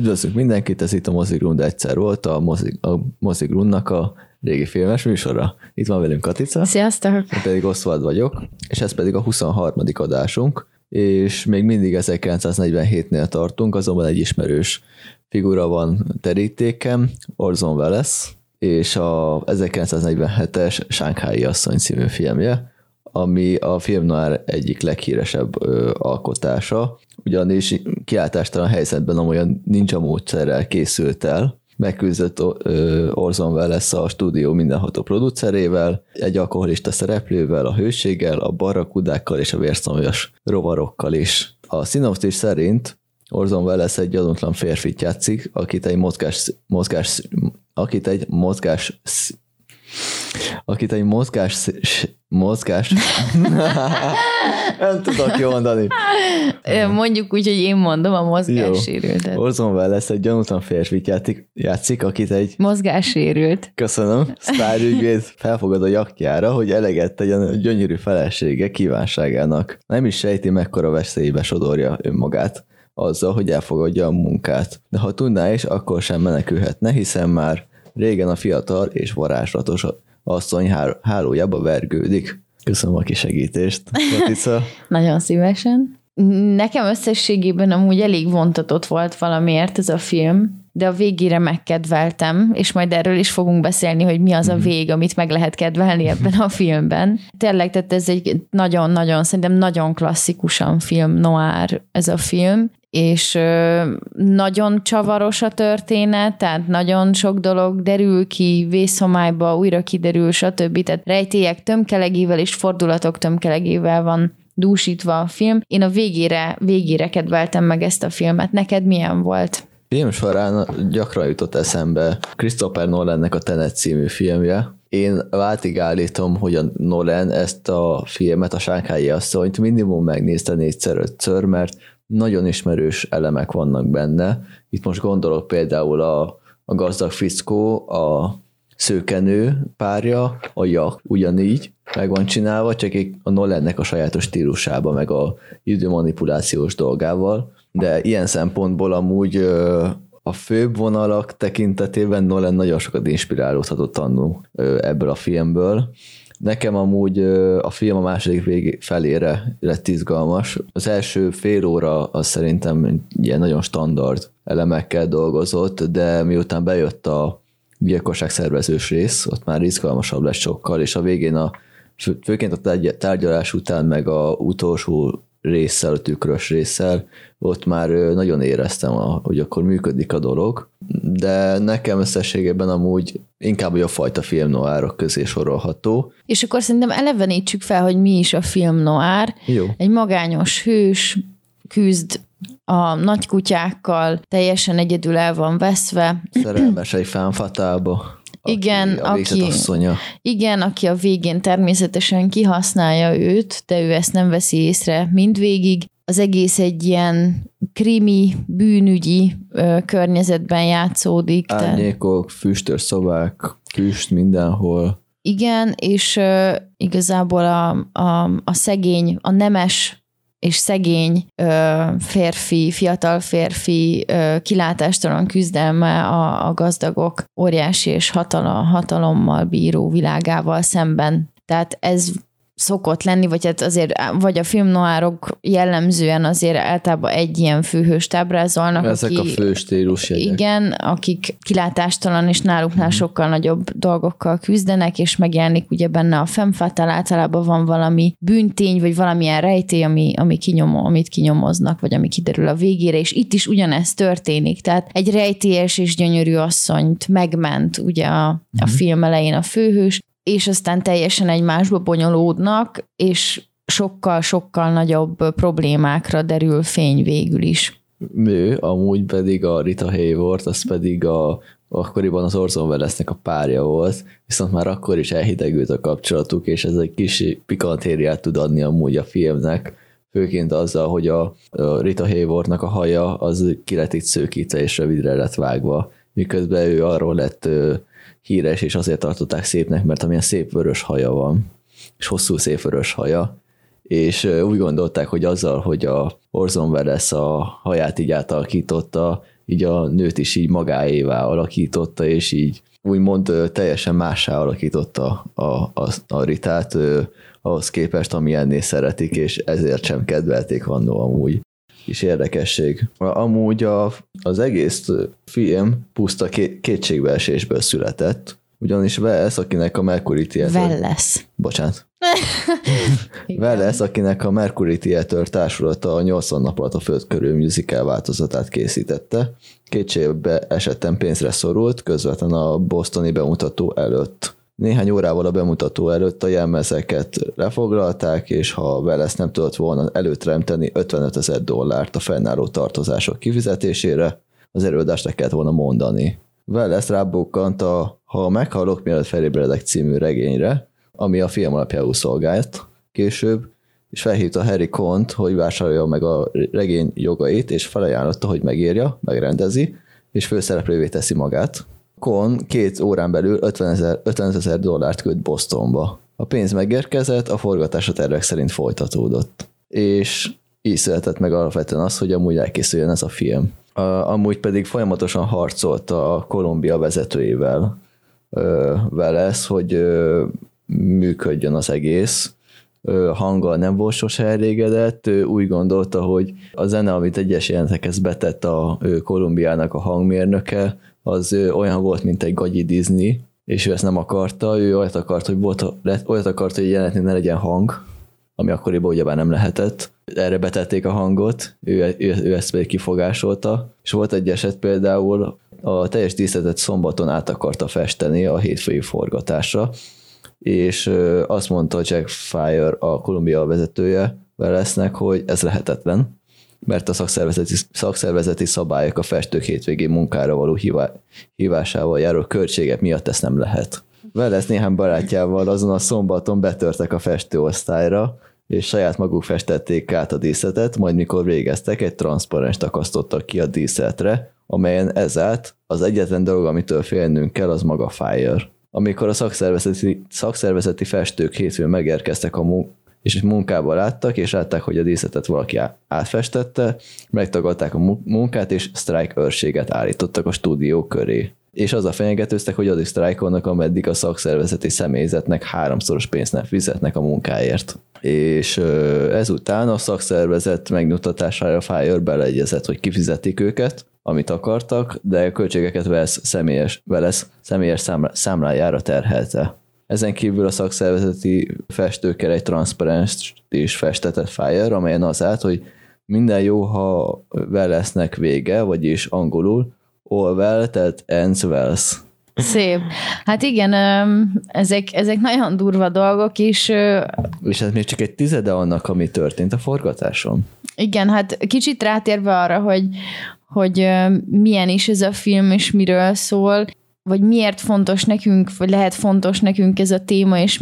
Üdvözlünk mindenkit, ez itt a Mozigrund egyszer volt, a Mozigrundnak a régi filmes műsora. Itt van velünk Katica. Sziasztok! Én pedig Oswald vagyok, és ez pedig a 23. adásunk, és még mindig 1947-nél tartunk, azonban egy ismerős figura van terítéken, Orson Welles, és a 1947-es Shanghai asszony című filmje, ami a film noir egyik leghíresebb alkotása, ugyanis kiáltástalan helyzetben amolyan ninja módszerrel készült el, megküzdött Orson Welles a stúdió mindenható producerével, egy alkoholista szereplővel, a hőséggel, a barrakudákkal és a vérszomjas rovarokkal is. A szinopszis szerint Orson Welles egy gyanútlan férfit játszik, akit egy mozgás nem tudok jól mondani. Mondjuk úgy, hogy én mondom a mozgássérültet. Orson Welles egy gyanútlan férfit játszik, akit egy mozgássérült. Köszönöm. Sztárügyvéd felfogad a jachtjára, hogy eleget tegyen a gyönyörű felesége kívánságának. Nem is sejti, mekkora veszélybe sodorja önmagát azzal, hogy elfogadja a munkát. De ha tudná is, akkor sem menekülhetne, hiszen már régen a fiatal és varázslatos asszony hálójába vergődik. Köszönöm a kisegítést, Katica. Nagyon szívesen. Nekem összességében amúgy elég vontatott volt valamiért ez a film, de a végére megkedveltem, és majd erről is fogunk beszélni, hogy mi az a vég, amit meg lehet kedvelni ebben a filmben. Tényleg, tehát ez egy nagyon-nagyon, szerintem nagyon klasszikusan film noir ez a film, és nagyon csavaros a történet, tehát nagyon sok dolog derül ki, vészhomályba újra kiderül, stb. Tehát rejtélyek tömkelegével és fordulatok tömkelegével van dúsítva a film. Én a végére kedveltem meg ezt a filmet. Neked milyen volt? Film során gyakran jutott eszembe Christopher Nolannek a Tenet című filmje. Én váltig állítom, hogy a Nolan ezt a filmet, a Shanghai asszonyt minimum megnézte 4-5-ször, mert nagyon ismerős elemek vannak benne. Itt most gondolok például a gazdag fickó, a szőkenő párja, a jak ugyanígy meg van csinálva, csak a Nolannek a sajátos stílusába, meg a időmanipulációs dolgával. De ilyen szempontból amúgy a főbb vonalak tekintetében Nolan nagyon sokat inspirálódhatott annó ebből a filmből. Nekem amúgy a film a második felére lett izgalmas. Az első fél óra az szerintem ilyen nagyon standard elemekkel dolgozott, de miután bejött a gyilkosságszervezős rész, ott már izgalmasabb lett sokkal, és a végén főként a tárgyalás után meg a utolsó résszel, a tükrös résszel, ott már nagyon éreztem, hogy akkor működik a dolog, de nekem összességében amúgy inkább a fajta film noárok közé sorolható. És akkor szerintem elevenítsük fel, hogy mi is a film noir. Jó. Egy magányos hős küzd a nagy kutyákkal, teljesen egyedül el van veszve. Szerelmes egy femme fatale-ba. Igen, aki a végén természetesen kihasználja őt, de ő ezt nem veszi észre mindvégig. Az egész egy ilyen krimi, bűnügyi környezetben játszódik. Árnyékok, füstös szobák, füst mindenhol. Igen, és igazából a szegény, a nemes és szegény fiatal férfi kilátástalan küzdelme a gazdagok óriási és hatalommal bíró világával szemben. Tehát ez szokott lenni, vagy hát azért, vagy a filmnoárok jellemzően azért általában egy ilyen főhőst ábrázolnak. Ezek a fő stílusjegyek. Igen, akik kilátástalan és náluknál sokkal nagyobb dolgokkal küzdenek, és megjelenik ugye benne a femme fatale, általában van valami bűntény, vagy valamilyen rejtély, amit kinyomoznak, vagy ami kiderül a végére, és itt is ugyanezt történik. Tehát egy rejtélyes és gyönyörű asszonyt megment ugye a film elején a főhős, és aztán teljesen egymásba bonyolódnak, és sokkal-sokkal nagyobb problémákra derül fény végül is. Ő, amúgy pedig a Rita Hayworth, az pedig akkoriban az Orson Wellesnek a párja volt, viszont már akkor is elhidegült a kapcsolatuk, és ez egy kis pikantériát tud adni amúgy a filmnek, főként azzal, hogy a Rita Hayworthnak a haja az ki lett itt szőkítve és rövidre lett vágva, miközben ő arról lett híres, és azért tartották szépnek, mert amilyen szép vörös haja van, és hosszú szép vörös haja, és úgy gondolták, hogy azzal, hogy a Orson Welles a haját így átalakította, így a nőt is így magáévá alakította, és így úgymond teljesen mássá alakította a Ritát ahhoz képest, amilyenné szeretik, és ezért sem kedvelték annó amúgy. És érdekesség. Amúgy az egész film puszta kétségbeesésből született, ugyanis Welles, akinek a Mercury Theatre... Welles. Bocsánat. Welles, akinek a Mercury Theatre társulata a 80 nap alatt a föld körül musical változatát készítette, kétségbe esetten pénzre szorult, közvetlen a bostoni bemutató előtt. Néhány órával a bemutató előtt a jelmezeket lefoglalták, és ha Welles nem tudott volna előteremteni $55,000 a fennálló tartozások kifizetésére, az előadást le kellett volna mondani. Welles rábukkant a Ha meghalok, mielőtt felébredek című regényre, ami a film alapjául szolgált később, és felhívta Harry Cohn-t, hogy vásárolja meg a regény jogait, és felajánlotta, hogy megírja, megrendezi, és főszereplővé teszi magát. Cohn 2 órán belül $50,000 küld Bostonba. A pénz megérkezett, a forgatás a tervek szerint folytatódott. És így született meg alapvetően az, hogy amúgy elkészüljön ez a film. Amúgy pedig folyamatosan harcolt a Columbia vezetőjével Welles, hogy működjön az egész. Hanggal nem volt sose elégedett, úgy gondolta, hogy a zene, amit egyes jelentekhez betett a Columbiának a hangmérnöke, az olyan volt, mint egy gagyi Disney, és ő ezt nem akarta, ő olyat akart, hogy jelenetnél ne legyen hang, ami akkoriban ugyebár nem lehetett. Erre betették a hangot, ő ezt pedig kifogásolta, és volt egy eset például, a teljes díszletet szombaton át akarta festeni a hétfői forgatásra, és azt mondta Jack Fire, a Columbia vezetője Wellesnek, hogy ez lehetetlen, mert a szakszervezeti szabályok a festők hétvégi munkára való hívásával járó költségek miatt ezt nem lehet. Welles néhány barátjával azon a szombaton betörtek a festőosztályra, és saját maguk festették át a díszletet, majd mikor végeztek, egy transzparenst akasztottak ki a díszletre, amelyen ezáltal az egyetlen dolog, amitől félnünk kell, az maga Fire. Amikor a szakszervezeti festők hétfőn megérkeztek és munkába láttak, és látták, hogy a díszletet valaki átfestette, megtagadták a munkát, és sztrájkőrséget állítottak a stúdió köré. És azzal fenyegetőztek, hogy addig sztrájkolnak, ameddig a szakszervezeti személyzetnek 3-szoros pénzt nem fizetnek a munkáért. És ezután a szakszervezet megnyugtatására Fire beleegyezett, hogy kifizetik őket, amit akartak, de a költségeket Welles személyes számlájára terhelte. Ezen kívül a szakszervezeti festőkkel egy transzparenst is festetett Fire, amelyen az állt, hogy minden jó, ha Wellesnek vége, vagyis angolul all well, tehát ends wells. Szép. Hát igen, ezek nagyon durva dolgok is. És ez még csak egy 10 annak, ami történt a forgatáson. Igen, hát kicsit rátérve arra, hogy milyen is ez a film, és miről szól, vagy miért fontos nekünk, vagy lehet fontos nekünk ez a téma, és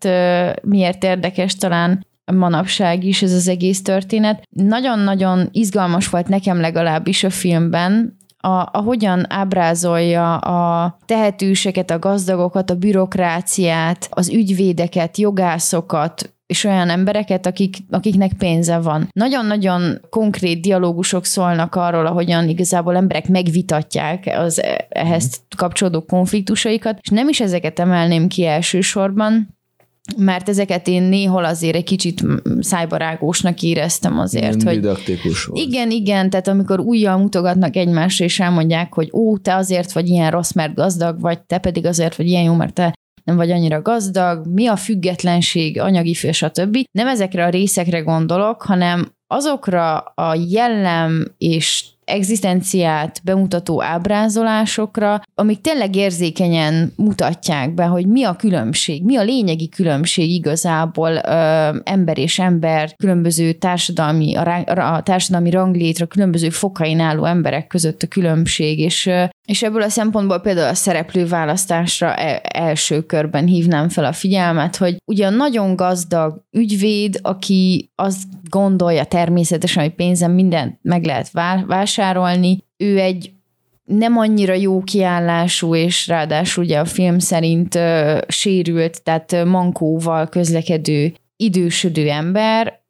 miért érdekes talán manapság is ez az egész történet. Nagyon-nagyon izgalmas volt nekem legalábbis a filmben, ahogyan ábrázolja a tehetőseket, a gazdagokat, a bürokráciát, az ügyvédeket, jogászokat, és olyan embereket, akiknek pénze van. Nagyon-nagyon konkrét dialógusok szólnak arról, ahogyan igazából emberek megvitatják az ehhez kapcsolódó konfliktusaikat, és nem is ezeket emelném ki elsősorban, mert ezeket én néhol azért egy kicsit szájbarágósnak éreztem azért, hogy... Didaktikus volt. Igen, tehát amikor ujjal mutogatnak egymásra, és elmondják, hogy te azért vagy ilyen rossz, mert gazdag vagy, te pedig azért vagy ilyen jó, mert te nem vagy annyira gazdag, mi a függetlenség, anyagi fél, stb. Nem ezekre a részekre gondolok, hanem azokra a jellem és egzisztenciát bemutató ábrázolásokra, amik tényleg érzékenyen mutatják be, hogy mi a különbség, mi a lényegi különbség igazából ember és ember, különböző társadalmi ranglétre, különböző fokain álló emberek között a különbség, és ebből a szempontból például a szereplőválasztásra első körben hívnám fel a figyelmet, hogy ugyan nagyon gazdag ügyvéd, aki azt gondolja természetesen, hogy pénzen mindent meg lehet vásárolni, ő egy nem annyira jó kiállású, és ráadásul ugye a film szerint sérült, tehát mankóval közlekedő, idősödő ember,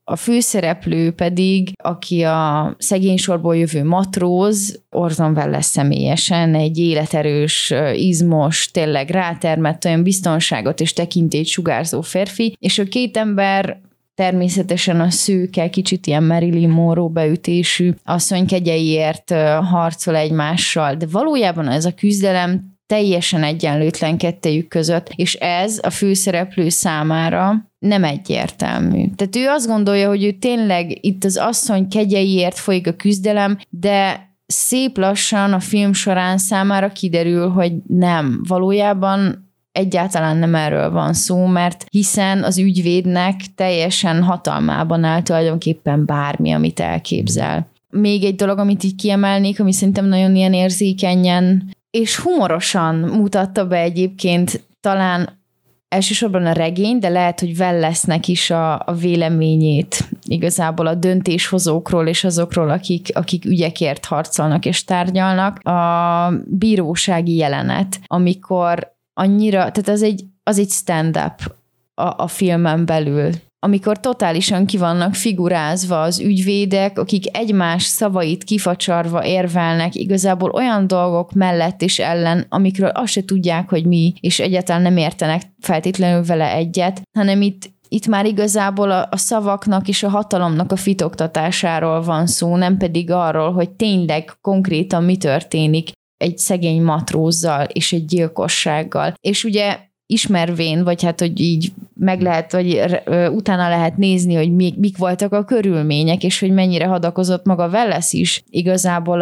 A főszereplő pedig, aki a szegénysorból jövő matróz, Orson Welles személyesen, egy életerős, izmos, tényleg rátermett, olyan biztonságot és tekintélyt sugárzó férfi, és a két ember természetesen a szőke, kicsit ilyen Marilyn Monroe beütésű asszony kegyeiért harcol egymással, de valójában ez a küzdelem teljesen egyenlőtlen kettejük között, és ez a főszereplő számára nem egyértelmű. Tehát ő azt gondolja, hogy ő tényleg itt az asszony kegyeiért folyik a küzdelem, de szép lassan a film során számára kiderül, hogy nem. Valójában egyáltalán nem erről van szó, mert hiszen az ügyvédnek teljesen hatalmában áll tulajdonképpen bármi, amit elképzel. Még egy dolog, amit így kiemelnék, ami szerintem nagyon ilyen érzékenyen és humorosan mutatta be egyébként talán elsősorban a regény, de lehet, hogy Wellesnek is a véleményét igazából a döntéshozókról és azokról, akik ügyekért harcolnak és tárgyalnak. A bírósági jelenet, amikor annyira, tehát az egy stand-up a filmen belül, amikor totálisan ki vannak figurázva az ügyvédek, akik egymás szavait kifacsarva érvelnek igazából olyan dolgok mellett és ellen, amikről azt se tudják, hogy mi, és egyáltalán nem értenek feltétlenül vele egyet, hanem itt már igazából a szavaknak és a hatalomnak a fitoktatásáról van szó, nem pedig arról, hogy tényleg konkrétan mi történik egy szegény matrózzal és egy gyilkossággal. És ugye ismervén, vagy hát, hogy így meg lehet, vagy utána lehet nézni, hogy mik voltak a körülmények, és hogy mennyire hadakozott maga Welles is igazából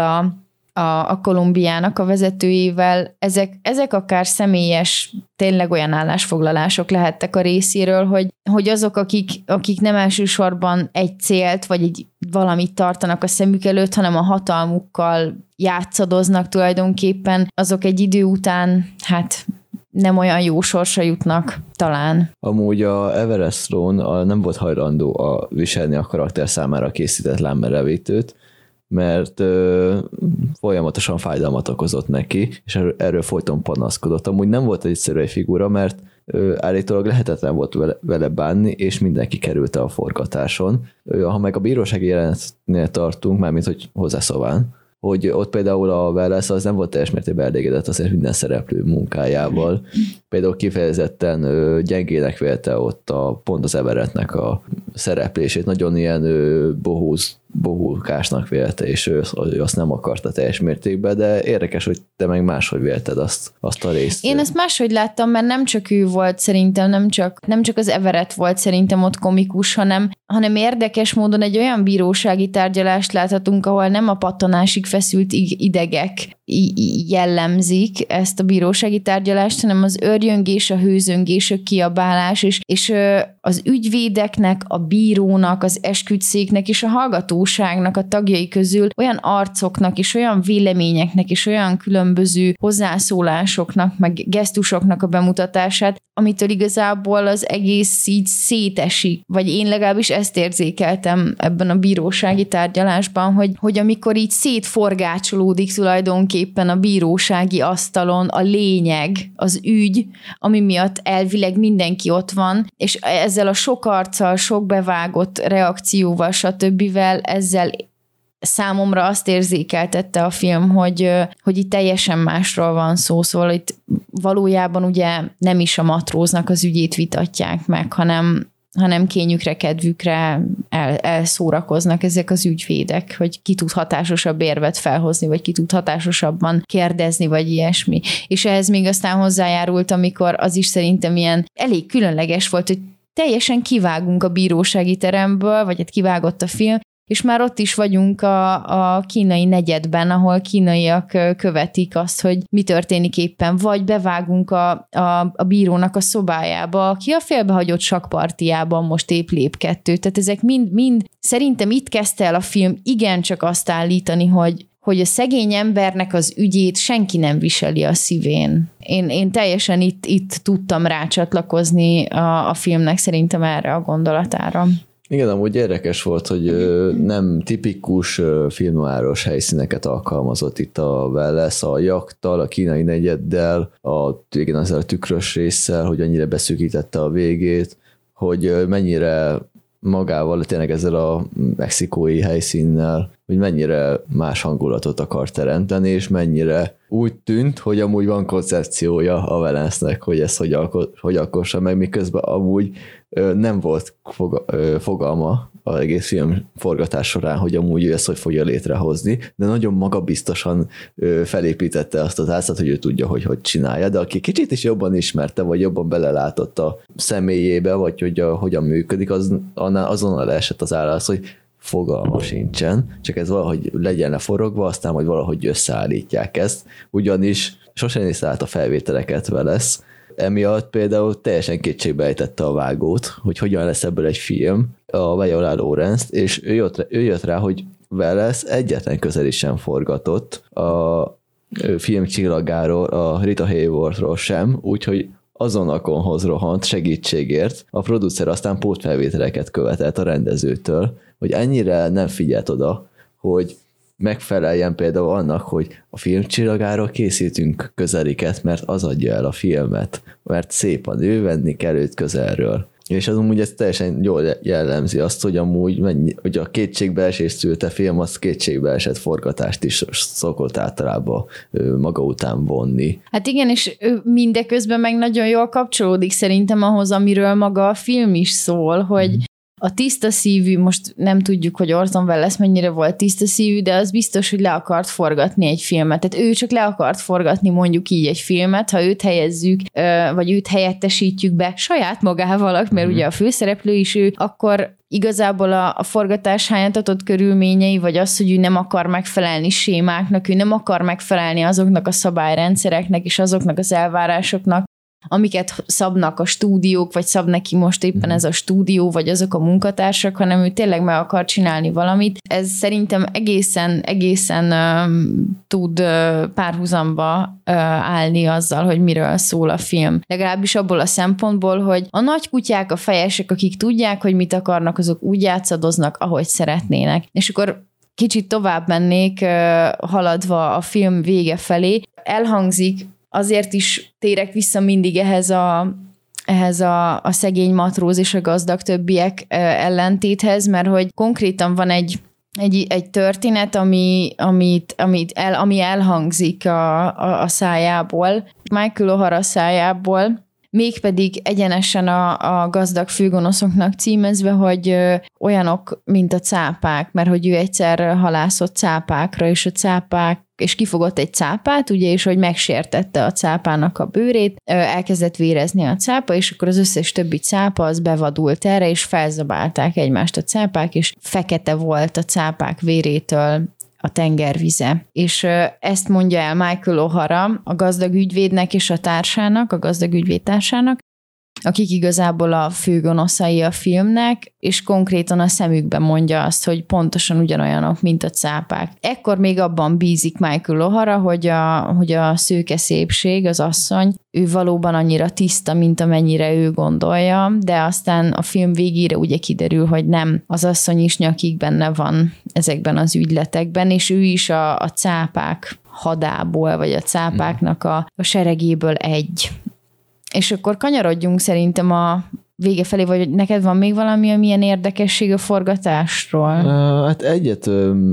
a Kolumbiának a vezetőjével. Ezek akár személyes, tényleg olyan állásfoglalások lehettek a részéről, hogy azok, akik nem elsősorban egy célt, vagy valamit tartanak a szemük előtt, hanem a hatalmukkal játszadoznak tulajdonképpen, azok egy idő után, hát nem olyan jó sorsa jutnak talán. Amúgy a Everett Stone nem volt hajlandó viselni a karakter számára készített lábmerevítőt, mert folyamatosan fájdalmat okozott neki, és erről folyton panaszkodott. Amúgy nem volt egyszerű egy figura, mert állítólag lehetetlen volt vele bánni, és mindenki került a forgatáson. Ha meg a bírósági jelenetnél tartunk, mármint hogy hozzászólván, hogy ott például a Welles az nem volt teljes mértékben elégedett azért minden szereplő munkájával. Például kifejezetten gyengének vélte ott pont az Everettnek a szereplését, nagyon ilyen bohulkásnak vélte, és ő azt nem akarta teljes mértékben, de érdekes, hogy te meg máshogy vélted azt a részt. Én ezt máshogy láttam, mert nem csak ő volt szerintem, nem csak az Everett volt szerintem ott komikus, hanem érdekes módon egy olyan bírósági tárgyalást láthatunk, ahol nem a pattanásig feszült idegek jellemzik ezt a bírósági tárgyalást, hanem az őrjöngés, a hőzöngés, a kiabálás, és az ügyvédeknek, a bírónak, az esküdtszéknek és a hallgatóságnak a tagjai közül olyan arcoknak és olyan véleményeknek és olyan különböző hozzászólásoknak, meg gesztusoknak a bemutatását, amitől igazából az egész így szétesik, vagy én legalábbis ezt érzékeltem ebben a bírósági tárgyalásban, hogy amikor így szétforgácsolódik tulajdonképpen a bírósági asztalon a lényeg, az ügy, ami miatt elvileg mindenki ott van, és ezzel a sok arccal, sok bevágott reakcióval, stb. Ezzel számomra azt érzékeltette a film, hogy itt teljesen másról van szó, szóval itt valójában ugye nem is a matróznak az ügyét vitatják meg, hanem kényükre, kedvükre elszórakoznak ezek az ügyvédek, hogy ki tud hatásosabb érvet felhozni, vagy ki tud hatásosabban kérdezni, vagy ilyesmi. És ehhez még aztán hozzájárult, amikor az is szerintem ilyen elég különleges volt, hogy teljesen kivágunk a bírósági teremből, vagy hát kivágott a film, és már ott is vagyunk a kínai negyedben, ahol kínaiak követik azt, hogy mi történik éppen, vagy bevágunk a bírónak a szobájába, aki a félbehagyott sakkpartiában most épp lép kettőt. Tehát ezek mind szerintem itt kezdte el a film igencsak azt állítani, hogy a szegény embernek az ügyét senki nem viseli a szívén. Én teljesen itt tudtam rácsatlakozni a filmnek szerintem erre a gondolatára. Igen, amúgy érdekes volt, hogy nem tipikus filmváros helyszíneket alkalmazott itt a Welles, a jachttal, a kínai negyeddel, ezzel a tükrös résszel, hogy annyira beszűkítette a végét, hogy mennyire magával, tényleg ezzel a mexikói helyszínnel, hogy mennyire más hangulatot akar teremteni, és mennyire úgy tűnt, hogy amúgy van koncepciója a Valance-nek, hogy ezt hogy alkossa meg, miközben amúgy nem volt fogalma az egész film forgatás során, hogy amúgy ő ezt hogy fogja létrehozni, de nagyon magabiztosan felépítette azt az átszat, hogy ő tudja, hogy csinálja, de aki kicsit is jobban ismerte, vagy jobban belelátott a személyébe, vagy hogy hogyan működik, azonnal esett az állás, hogy fogalma sincsen, csak ez valahogy legyen leforogva, aztán majd valahogy összeállítják ezt, ugyanis sosem nézte át a felvételeket Wallace, emiatt például teljesen kétségbe ejtette a vágót, hogy hogyan lesz ebből egy film, a Viola Lawrence-t, és ő jött rá, hogy Wallace egyetlen közel is sem forgatott a film csillagáról, a Rita Hayworthról sem, úgyhogy azonnal rohant segítségért, a producer aztán pótfelvételeket követelt a rendezőtől, hogy ennyire nem figyelt oda, hogy megfeleljen például annak, hogy a filmcsillagáról készítünk közeliket, mert az adja el a filmet, mert szép a nő, venni kell őt közelről. És az amúgy ez teljesen jól jellemzi azt, hogy amúgy hogy a kétségbeesés szülte film, az kétségbeesett forgatást is szokott általában maga után vonni. Hát igen, és mindeközben meg nagyon jól kapcsolódik szerintem ahhoz, amiről maga a film is szól, hogy a tiszta szívű, most nem tudjuk, hogy Orson Welles mennyire volt tiszta szívű, de az biztos, hogy le akart forgatni egy filmet. Tehát ő csak le akart forgatni mondjuk így egy filmet, ha őt helyezzük, vagy őt helyettesítjük be saját magával, mert ugye a főszereplő is ő, akkor igazából a forgatás hányatatott körülményei, vagy az, hogy ő nem akar megfelelni sémáknak, ő nem akar megfelelni azoknak a szabályrendszereknek és azoknak az elvárásoknak, amiket szabnak a stúdiók, vagy szab neki most éppen ez a stúdió, vagy azok a munkatársak, hanem ő tényleg meg akar csinálni valamit. Ez szerintem egészen tud párhuzamba állni azzal, hogy miről szól a film. Legalábbis abból a szempontból, hogy a nagy kutyák, a fejesek, akik tudják, hogy mit akarnak, azok úgy játszadoznak, ahogy szeretnének. És akkor kicsit tovább mennék, haladva a film vége felé. Elhangzik, azért is térek vissza mindig ehhez a szegény matróz és a gazdag többiek ellentéthez, mert hogy konkrétan van egy történet, ami elhangzik a szájából, Michael O'Hara szájából, mégpedig egyenesen a gazdag főgonoszoknak címezve, hogy olyanok, mint a cápák, mert hogy ő egyszer halászott cápákra, és a cápák, és kifogott egy cápát, ugye, és hogy megsértette a cápának a bőrét, elkezdett vérezni a cápa, és akkor az összes többi cápa az bevadult erre, és felzabálták egymást a cápák, és fekete volt a cápák vérétől a tengervize. És ezt mondja el Michael O'Hara a gazdag ügyvédnek és a társának, a gazdag ügyvéd társának, akik igazából a főgonoszai a filmnek, és konkrétan a szemükben mondja azt, hogy pontosan ugyanolyanok, mint a cápák. Ekkor még abban bízik Michael O'Hara, hogy a szőke szépség, az asszony, ő valóban annyira tiszta, mint amennyire ő gondolja, de aztán a film végére ugye kiderül, hogy nem, az asszony is nyakig benne van ezekben az ügyletekben, és ő is a cápák hadából, vagy a cápáknak a seregéből egy. És akkor kanyarodjunk szerintem a vége felé, vagy neked van még valami, amilyen érdekesség a forgatásról? Hát egyet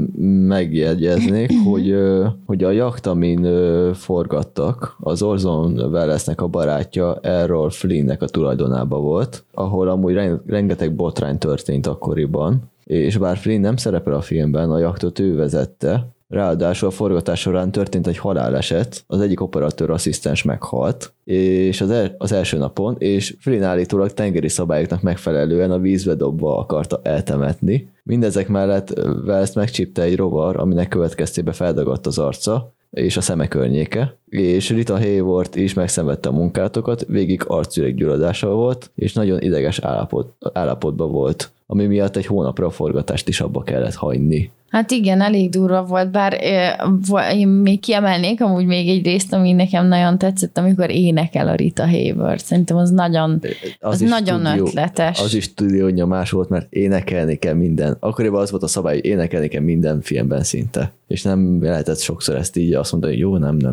megjegyeznék, hogy a jacht, amin forgattak, az Orson Wellesnek a barátja Errol Flynnnek a tulajdonában volt, ahol amúgy rengeteg botrány történt akkoriban, és bár Flynn nem szerepel a filmben, a jachtot ő vezette, ráadásul a forgatás során történt egy haláleset, az egyik operatőr asszisztens meghalt, és az első napon, és Flynn állítólag tengeri szabályoknak megfelelően a vízbe dobva akarta eltemetni. Mindezek mellett Wells megcsípte egy rovar, aminek következtében feldagadt az arca, és a szeme környéke, és Rita Hayworth is megszenvedte a munkátokat, végig arcüreggyulladása volt, és nagyon ideges állapotban volt, ami miatt egy hónapra a forgatást is abba kellett hagyni. Hát igen, elég durva volt, bár én még kiemelnék amúgy még egy részt, ami nekem nagyon tetszett, amikor énekel a Rita Hayworth. Szerintem az nagyon ötletes. Az is stúdió nyomás volt, mert énekelni kell minden. Akkoriban az volt a szabály, hogy énekelni kell minden filmben szinte. És nem lehetett sokszor ezt így azt mondani, hogy jó, nem,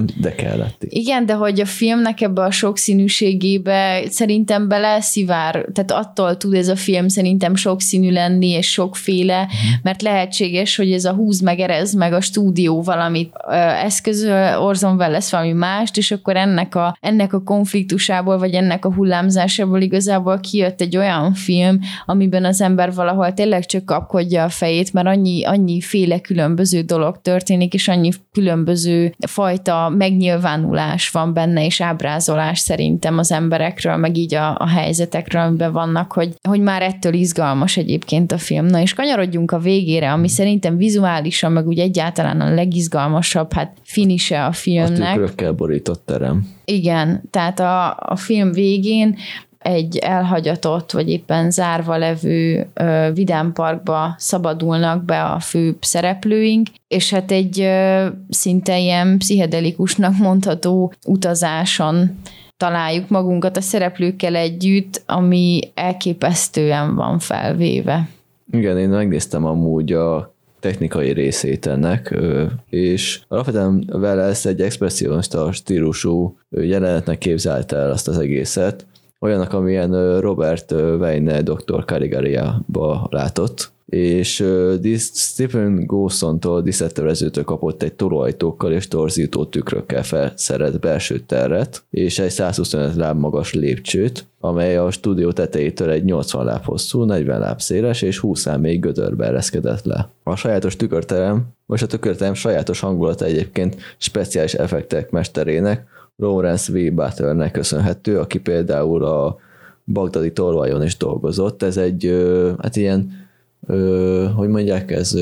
de kellett. Igen, de hogy a filmnek ebbe a sokszínűségébe szerintem beleszivár, tehát attól tud ez a film szerintem sokszínű lenni, és sokféle, mert lehetséges, hogy ez a húz meg, erez meg a stúdió valamit eszközöl, Orson Welles valami mást, és akkor ennek a konfliktusából, vagy ennek a hullámzásából igazából kijött egy olyan film, amiben az ember valahol tényleg csak kapkodja a fejét, mert annyi féle különböző dolog történik, és annyi különböző fajta megnyilvánulás van benne, és ábrázolás szerintem az emberekről, meg így a helyzetekről, amiben vannak, hogy már ettől izgalmas egyébként a film. Na és kanyarodjunk a végére, ami szerintem vizuálisan, meg úgy egyáltalán a legizgalmasabb, hát finise a filmnek. A tükrökkel borított terem. Igen, tehát a film végén egy elhagyatott, vagy éppen zárva levő vidámparkba szabadulnak be a fő szereplőink, és hát egy szinte ilyen pszichedelikusnak mondható utazáson találjuk magunkat a szereplőkkel együtt, ami elképesztően van felvéve. Igen, én megnéztem amúgy a technikai részét ennek, és alapvetően Welles egy expresszionista stílusú jelenetnek képzelte el azt az egészet, olyanak, amilyen Robert Wayne Dr. Caligari-ba látott, és Stephen Gowson-tól, díszlettervezőtől kapott egy tolóajtókkal és torzító tükrökkel felszerelt belső teret, és egy 125 láb magas lépcsőt, amely a stúdió tetejétől egy 80 láb hosszú, 40 láb széles és 20 láb mély gödörbe ereszkedett le. A sajátos tükörterem, vagy a tükörterem sajátos hangulata egyébként speciális effektek mesterének, Lawrence V. Butlernek köszönhető, aki például a bagdadi tolvajon is dolgozott. Ez egy, hát ilyen, hogy mondják, ez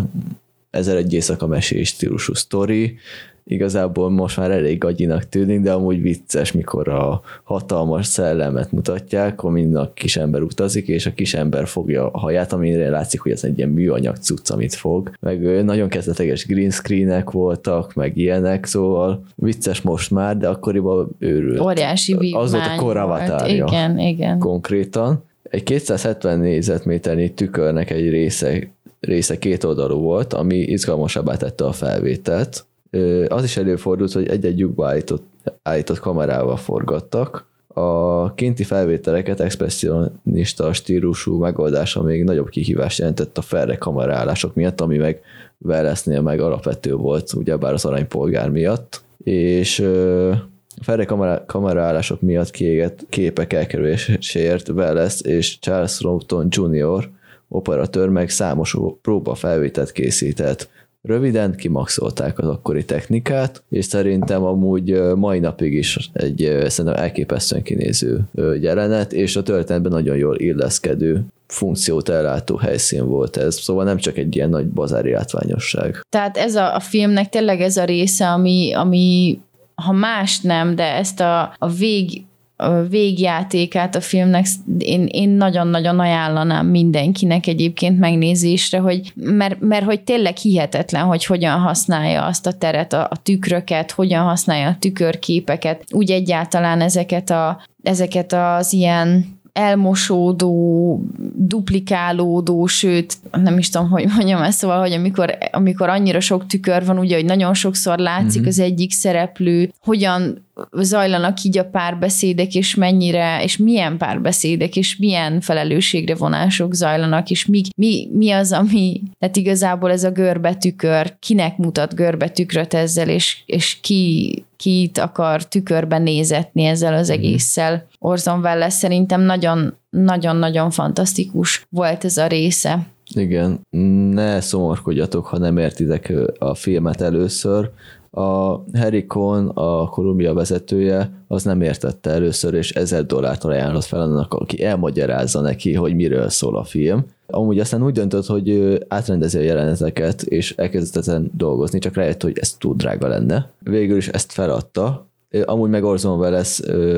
1001 éjszaka mesés stílusú sztori. Igazából most már elég gagyinak tűnik, de amúgy vicces, mikor a hatalmas szellemet mutatják, amin a kisember utazik, és a kisember fogja a haját, amire látszik, hogy ez egy ilyen műanyag cucc, amit fog. Meg nagyon kezdetleges green screenek voltak, meg ilyenek, szóval vicces most már, de akkoriban őrült. Óriási vívmány. Az volt a kor avatárja. Igen. Konkrétan. Egy 270 négyzetméternyi tükörnek egy része kétoldalú volt, ami izgalmasabbá tette a felvételt. Az is előfordult, hogy egy-egy lyukba állított kamerával forgattak. A kinti felvételeket expresszionista stílusú megoldása még nagyobb kihívást jelentett a felre kameraállások miatt, ami meg Wellesnél meg alapvető volt, ugyebár az aranypolgár miatt. És felre kameraállások miatt kiégett képek elkerüléséért Welles és Charles Roughton Jr. operatőr meg számos próbafelvételt készített. Röviden kimaxolták az akkori technikát, és szerintem amúgy mai napig is egy szerintem elképesztően kinéző jelenet, és a történetben nagyon jól illeszkedő funkciót ellátó helyszín volt ez, szóval nem csak egy ilyen nagy bazári látványosság. Tehát ez a filmnek tényleg ez a része, ami ha más nem, de ezt a végjátékát a filmnek én nagyon-nagyon ajánlanám mindenkinek egyébként megnézésre, mert hogy tényleg hihetetlen, hogy hogyan használja azt a teret, a tükröket, hogyan használja a tükörképeket, úgy egyáltalán ezeket az ilyen elmosódó, duplikálódó, sőt, nem is tudom, hogy mondjam ezt, szóval, hogy amikor annyira sok tükör van, ugye, hogy nagyon sokszor látszik az egyik szereplő, hogyan zajlanak így a párbeszédek, és mennyire, és milyen párbeszédek, és milyen felelősségre vonások zajlanak, és mi az, ami, tehát igazából ez a görbetükör, kinek mutat görbetükröt ezzel, és kit akar tükörben nézetni ezzel az egésszel. Orson Welles szerintem nagyon-nagyon fantasztikus volt ez a része. Igen, ne szomorkodjatok, ha nem értitek a filmet először. A Harry Cohn, a Columbia vezetője, az nem értette először, és $1000 ajánlott fel annak, aki elmagyarázza neki, hogy miről szól a film. Amúgy aztán úgy döntött, hogy átrendezi a jeleneteket, és elkezdett ezen dolgozni, csak rájött, hogy ez túl drága lenne. Végül is ezt feladta. Amúgy meg Orson Welles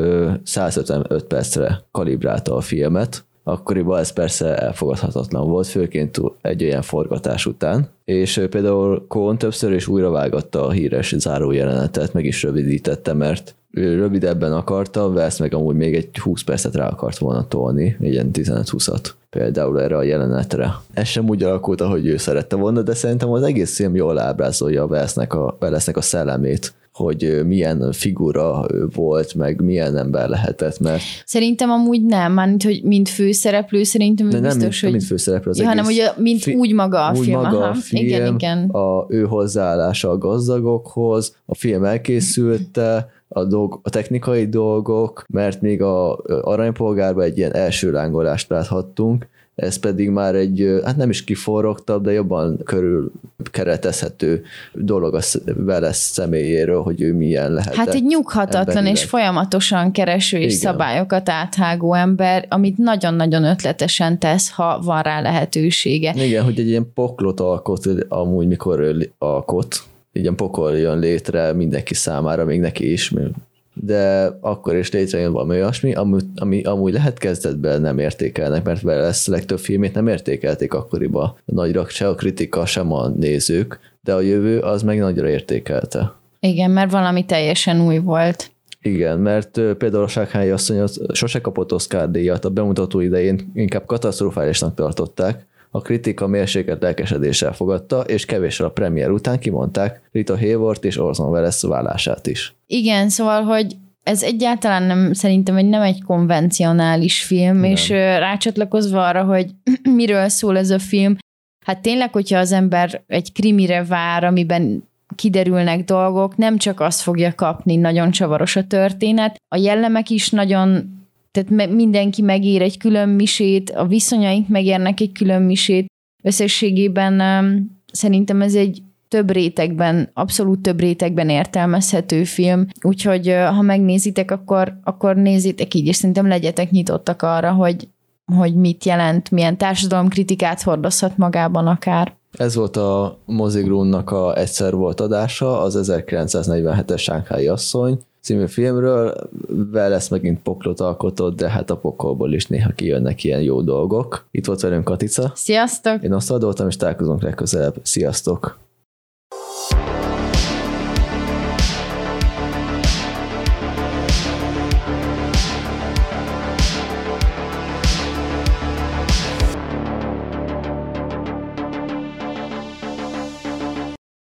155 percre kalibrálta a filmet. Akkoriban ez persze elfogadhatatlan volt, főként egy olyan forgatás után. És például Cohn többször is újra vágatta a híres zárójelenetet, meg is rövidítette, mert ő rövidebben akarta, Welles meg amúgy még egy 20 percet rá akart volna tolni, egy ilyen 15-20-at például erre a jelenetre. Ez sem úgy alakult, ahogy ő szerette volna, de szerintem az egész film jól ábrázolja a Wellesnek a szellemét. hogy milyen figura volt, meg milyen ember lehetett, mert... Szerintem amúgy nem, mármint, hogy mint főszereplő, szerintem de biztos, nem, hogy... mint főszereplő az hanem ugye, mint úgy maga a film. Maga a film, igen. ő hozzáállása a gazdagokhoz, a film elkészülte, a technikai dolgok, mert még a Aranypolgárban egy ilyen első lángolást láthattunk, ez pedig már egy, hát nem is kiforrogtabb, de jobban körül keretezhető dolog a vele személyéről, hogy ő milyen lehet. Hát egy nyughatatlan emberileg. És folyamatosan kereső és szabályokat áthágó ember, amit nagyon-nagyon ötletesen tesz, ha van rá lehetősége. Igen, hogy egy ilyen poklot alkot, amúgy mikor ő alkot, egy ilyen pokol jön létre mindenki számára, még neki is, de akkor is létrejön valami olyasmi, ami amúgy lehet kezdetben nem értékelnek, mert lesz legtöbb filmét nem értékelték akkoriban. Nagyra se a kritika, sem a nézők, de a jövő az meg nagyra értékelte. Igen, mert valami teljesen új volt. Igen, mert például a Shanghai asszony sose kapott Oscar-díjat, a bemutató idején inkább katasztrofálisnak tartották, a kritika mérsékelt lelkesedéssel fogadta, és kevéssel a premier után kimondták Rita Hayworth és Orson Welles vállását is. Igen, szóval, hogy ez egyáltalán nem, szerintem nem egy konvencionális film, nem. És rácsatlakozva arra, hogy miről szól ez a film, hát tényleg, hogyha az ember egy krimire vár, amiben kiderülnek dolgok, nem csak azt fogja kapni, nagyon csavaros a történet, a jellemek is nagyon... Tehát mindenki megír egy külön misét, a viszonyaink megérnek egy külön misét. Összességében szerintem ez egy abszolút több rétegben értelmezhető film. Úgyhogy ha megnézitek, akkor nézzétek így, és szerintem legyetek nyitottak arra, hogy mit jelent, milyen társadalomkritikát hordozhat magában akár. Ez volt a Mozigrunnak a Egyszer volt adása, az 1947-es Shanghai asszony című filmről. Welles megint poklot alkotott, de hát a pokolból is néha kijönnek ilyen jó dolgok. Itt volt velünk Katica. Sziasztok! Én Osztald voltam, és találkozunk legközelebb. Sziasztok!